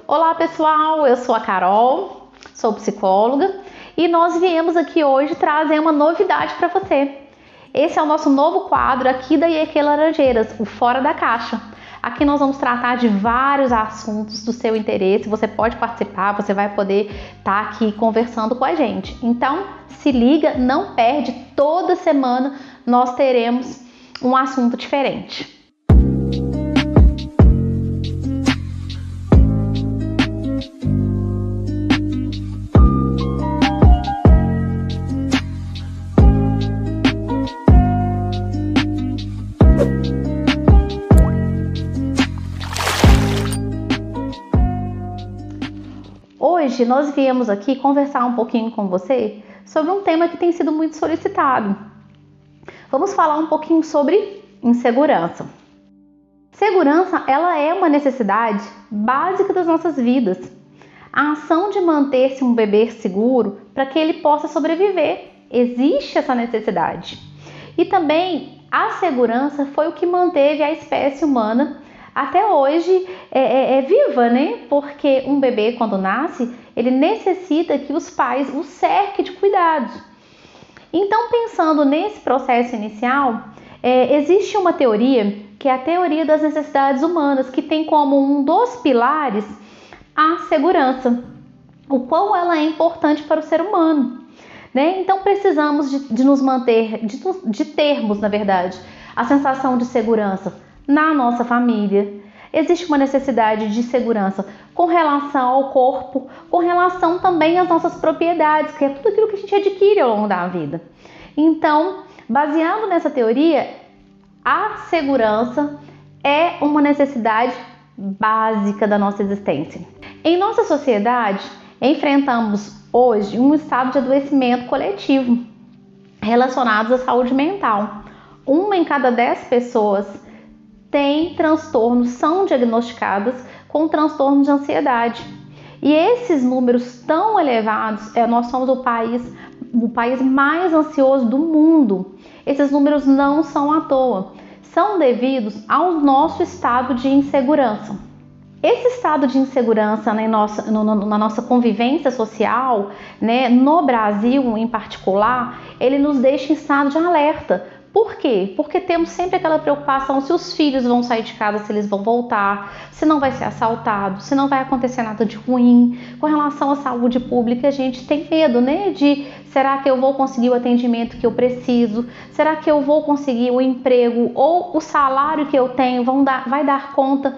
Olá pessoal, eu sou a Carol, sou psicóloga e nós viemos aqui hoje trazer uma novidade para você. Esse é o nosso novo quadro aqui da IEQ Laranjeiras, o Fora da Caixa. Aqui nós vamos tratar de vários assuntos do seu interesse, você pode participar, você vai poder estar aqui conversando com a gente. Então, se liga, não perde, toda semana nós teremos um assunto diferente. Hoje nós viemos aqui conversar um pouquinho com você sobre um tema que tem sido muito solicitado. Vamos falar um pouquinho sobre insegurança. Segurança, ela é uma necessidade básica das nossas vidas. A ação de manter-se um bebê seguro para que ele possa sobreviver. Existe essa necessidade. E também a segurança foi o que manteve a espécie humana até hoje viva, né? Porque um bebê, quando nasce, ele necessita que os pais o cerquem de cuidados. Então, pensando nesse processo inicial, existe uma teoria, que é a teoria das necessidades humanas, que tem como um dos pilares a segurança, o qual ela é importante para o ser humano, né? Então, precisamos de nos manter, de termos, na verdade, a sensação de segurança na nossa família. Existe uma necessidade de segurança com relação ao corpo, com relação também às nossas propriedades, que é tudo aquilo que a gente adquire ao longo da vida. Então, baseado nessa teoria, a segurança é uma necessidade básica da nossa existência. Em nossa sociedade, enfrentamos hoje um estado de adoecimento coletivo relacionado à saúde mental. 1 em cada 10 pessoas tem transtornos, são diagnosticadas com transtorno de ansiedade. E esses números tão elevados, nós somos o país mais ansioso do mundo. Esses números não são à toa, são devidos ao nosso estado de insegurança. Esse estado de insegurança na nossa convivência social, né, no Brasil em particular, ele nos deixa em estado de alerta. Por quê? Porque temos sempre aquela preocupação se os filhos vão sair de casa, se eles vão voltar, se não vai ser assaltado, se não vai acontecer nada de ruim. Com relação à saúde pública, a gente tem medo, né? Será que eu vou conseguir o atendimento que eu preciso? Será que eu vou conseguir o emprego ou o salário que eu tenho vai dar conta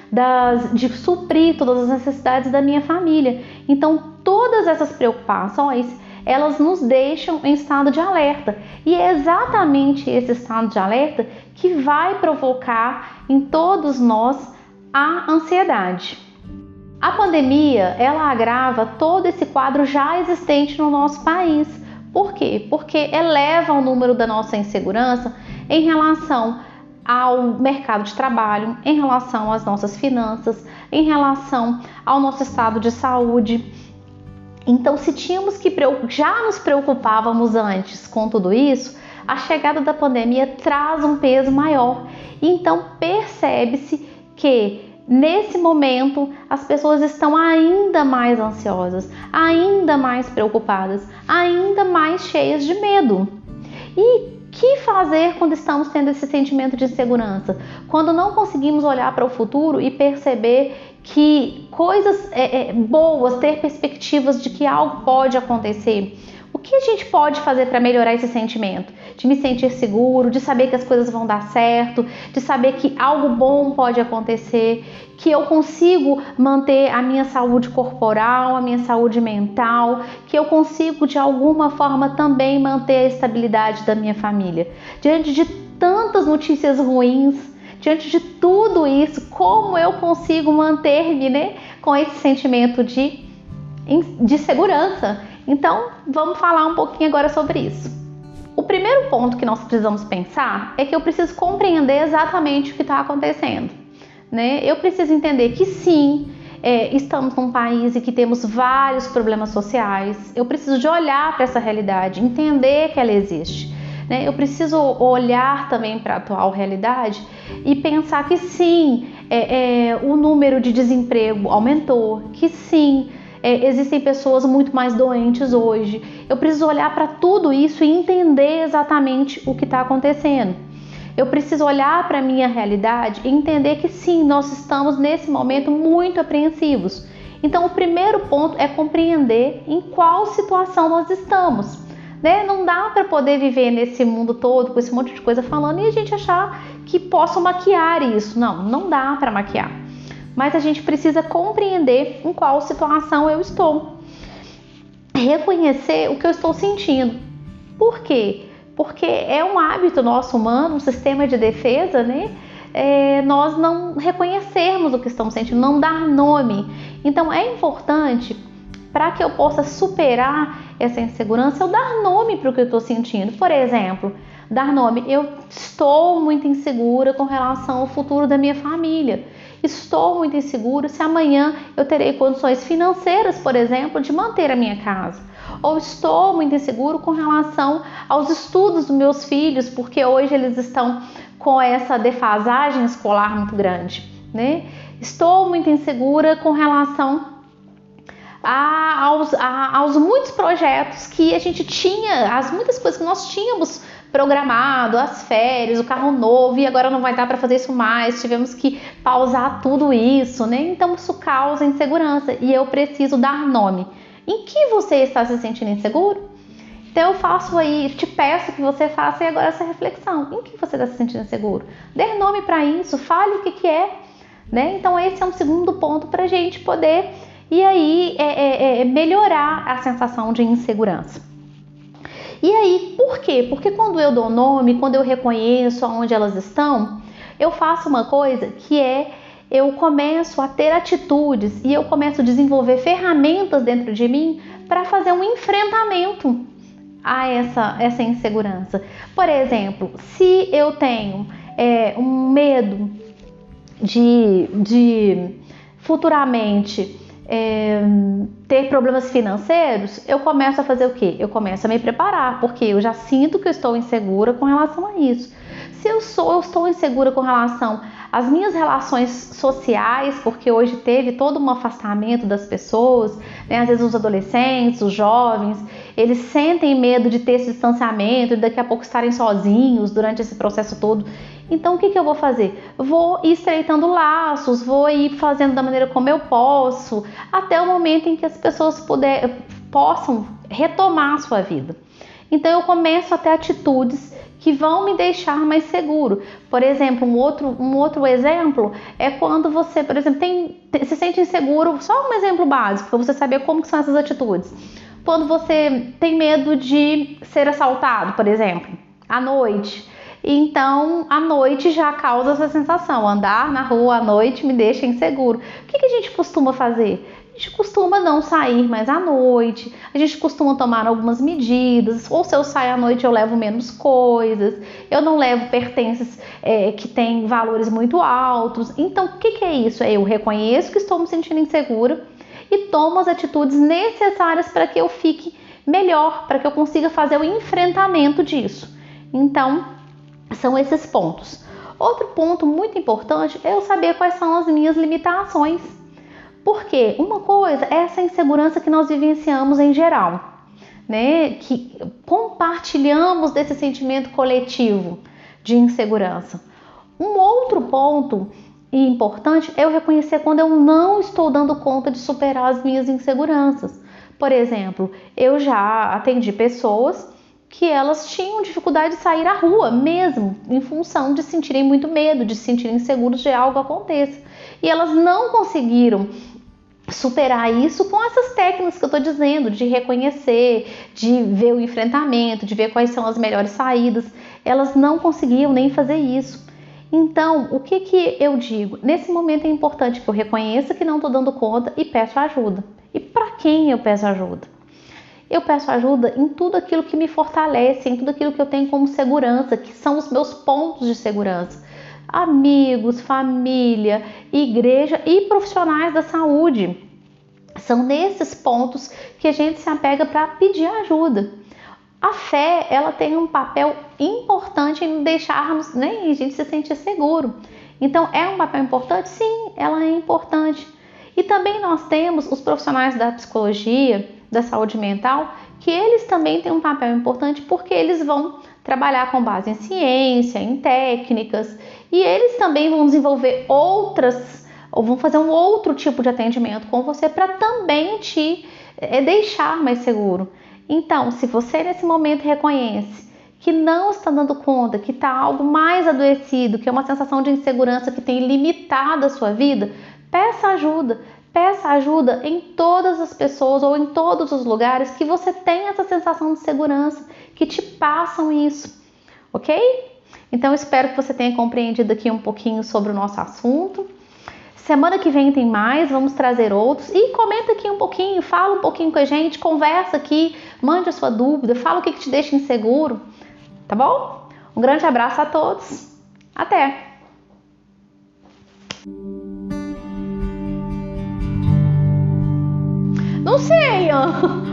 de suprir todas as necessidades da minha família? Então, todas essas preocupações, elas nos deixam em estado de alerta. E é exatamente esse estado de alerta que vai provocar em todos nós a ansiedade. A pandemia, ela agrava todo esse quadro já existente no nosso país. Por quê? Porque eleva o número da nossa insegurança em relação ao mercado de trabalho, em relação às nossas finanças, em relação ao nosso estado de saúde. Então, se já nos preocupávamos antes com tudo isso, a chegada da pandemia traz um peso maior. Então, percebe-se que nesse momento as pessoas estão ainda mais ansiosas, ainda mais preocupadas, ainda mais cheias de medo. E que fazer quando estamos tendo esse sentimento de insegurança? Quando não conseguimos olhar para o futuro e perceber que coisas boas, ter perspectivas de que algo pode acontecer. O que a gente pode fazer para melhorar esse sentimento? De me sentir seguro, de saber que as coisas vão dar certo, de saber que algo bom pode acontecer, que eu consigo manter a minha saúde corporal, a minha saúde mental, que eu consigo de alguma forma também manter a estabilidade da minha família. Diante de tantas notícias ruins, diante de tudo isso, como eu consigo manter-me, né, com esse sentimento de segurança? Então, vamos falar um pouquinho agora sobre isso. O primeiro ponto que nós precisamos pensar é que eu preciso compreender exatamente o que está acontecendo, né? Eu preciso entender que sim, estamos num país em que temos vários problemas sociais. Eu preciso de olhar para essa realidade, entender que ela existe. né? Eu preciso olhar também para a atual realidade e pensar que sim, o número de desemprego aumentou, que sim, existem pessoas muito mais doentes hoje. Eu preciso olhar para tudo isso e entender exatamente o que está acontecendo. Eu preciso olhar para a minha realidade e entender que sim, nós estamos nesse momento muito apreensivos. Então, o primeiro ponto é compreender em qual situação nós estamos, né? Não dá para poder viver nesse mundo todo com esse monte de coisa falando e a gente achar que posso maquiar isso. Não, não dá para maquiar. Mas a gente precisa compreender em qual situação eu estou. Reconhecer o que eu estou sentindo. Por quê? Porque é um hábito nosso humano, um sistema de defesa, né? Nós não reconhecermos o que estamos sentindo, não dar nome. Então é importante, para que eu possa superar essa insegurança, eu dar nome para o que eu estou sentindo. Por exemplo, dar nome, eu estou muito insegura com relação ao futuro da minha família. Estou muito insegura se amanhã eu terei condições financeiras, por exemplo, de manter a minha casa. Ou estou muito inseguro com relação aos estudos dos meus filhos, porque hoje eles estão com essa defasagem escolar muito grande, né? Estou muito insegura com relação aos muitos projetos que a gente tinha, as muitas coisas que nós tínhamos programado, as férias, o carro novo, e agora não vai dar para fazer isso mais, tivemos que pausar tudo isso, né? Então isso causa insegurança e eu preciso dar nome. Em que você está se sentindo inseguro? Então eu faço aí, te peço que você faça aí agora essa reflexão. Em que você está se sentindo inseguro? Dê nome para isso, fale o que é, né? Então esse é um segundo ponto para a gente poder e aí melhorar a sensação de insegurança. E aí, por quê? Porque quando eu dou nome, quando eu reconheço onde elas estão, eu faço uma coisa que eu começo a ter atitudes e eu começo a desenvolver ferramentas dentro de mim para fazer um enfrentamento a essa insegurança. Por exemplo, se eu tenho um medo de futuramente ter problemas financeiros, eu começo a fazer o quê? Eu começo a me preparar, porque eu já sinto que eu estou insegura com relação a isso. Se eu estou insegura com relação às minhas relações sociais, porque hoje teve todo um afastamento das pessoas, né? Às vezes os adolescentes, os jovens, eles sentem medo de ter esse distanciamento e daqui a pouco estarem sozinhos durante esse processo todo. Então o que eu vou fazer? Vou ir estreitando laços, vou ir fazendo da maneira como eu posso, até o momento em que as pessoas possam retomar a sua vida. Então eu começo a ter atitudes que vão me deixar mais seguro. Por exemplo, um outro exemplo é quando você, por exemplo, se sente inseguro, só um exemplo básico, para você saber como que são essas atitudes. Quando você tem medo de ser assaltado, por exemplo, à noite. Então, à noite já causa essa sensação. Andar na rua à noite me deixa inseguro. O que a gente costuma fazer? A gente costuma não sair mais à noite, a gente costuma tomar algumas medidas, ou se eu saio à noite eu levo menos coisas, eu não levo pertences que têm valores muito altos. Então, o que é isso? Eu reconheço que estou me sentindo insegura e tomo as atitudes necessárias para que eu fique melhor, para que eu consiga fazer o enfrentamento disso. Então, são esses pontos. Outro ponto muito importante é eu saber quais são as minhas limitações. Porque uma coisa é essa insegurança que nós vivenciamos em geral, né? Que compartilhamos desse sentimento coletivo de insegurança. Um outro ponto importante é eu reconhecer quando eu não estou dando conta de superar as minhas inseguranças. Por exemplo, eu já atendi pessoas que elas tinham dificuldade de sair à rua mesmo, em função de sentirem muito medo, de se sentirem inseguros de algo aconteça. E elas não conseguiram superar isso com essas técnicas que eu estou dizendo, de reconhecer, de ver o enfrentamento, de ver quais são as melhores saídas. Elas não conseguiam nem fazer isso. Então, o que eu digo? Nesse momento é importante que eu reconheça que não estou dando conta e peço ajuda. E para quem eu peço ajuda? Eu peço ajuda em tudo aquilo que me fortalece, em tudo aquilo que eu tenho como segurança, que são os meus pontos de segurança. Amigos, família, igreja e profissionais da saúde. São nesses pontos que a gente se apega para pedir ajuda. A fé, ela tem um papel importante em deixarmos, né, a gente se sentir seguro. Então, é um papel importante? Sim, ela é importante. E também nós temos os profissionais da psicologia, da saúde mental, que eles também têm um papel importante porque eles vão trabalhar com base em ciência, em técnicas, e eles também vão desenvolver outras, ou vão fazer um outro tipo de atendimento com você para também te deixar mais seguro. Então, se você nesse momento reconhece que não está dando conta, que está algo mais adoecido, que é uma sensação de insegurança que tem limitado a sua vida, peça ajuda. Peça ajuda em todas as pessoas ou em todos os lugares que você tem essa sensação de segurança, que te passam isso, ok? Então, espero que você tenha compreendido aqui um pouquinho sobre o nosso assunto. Semana que vem tem mais, vamos trazer outros. E comenta aqui um pouquinho, fala um pouquinho com a gente, conversa aqui, mande a sua dúvida, fala o que te deixa inseguro, tá bom? Um grande abraço a todos. Até! Não sei,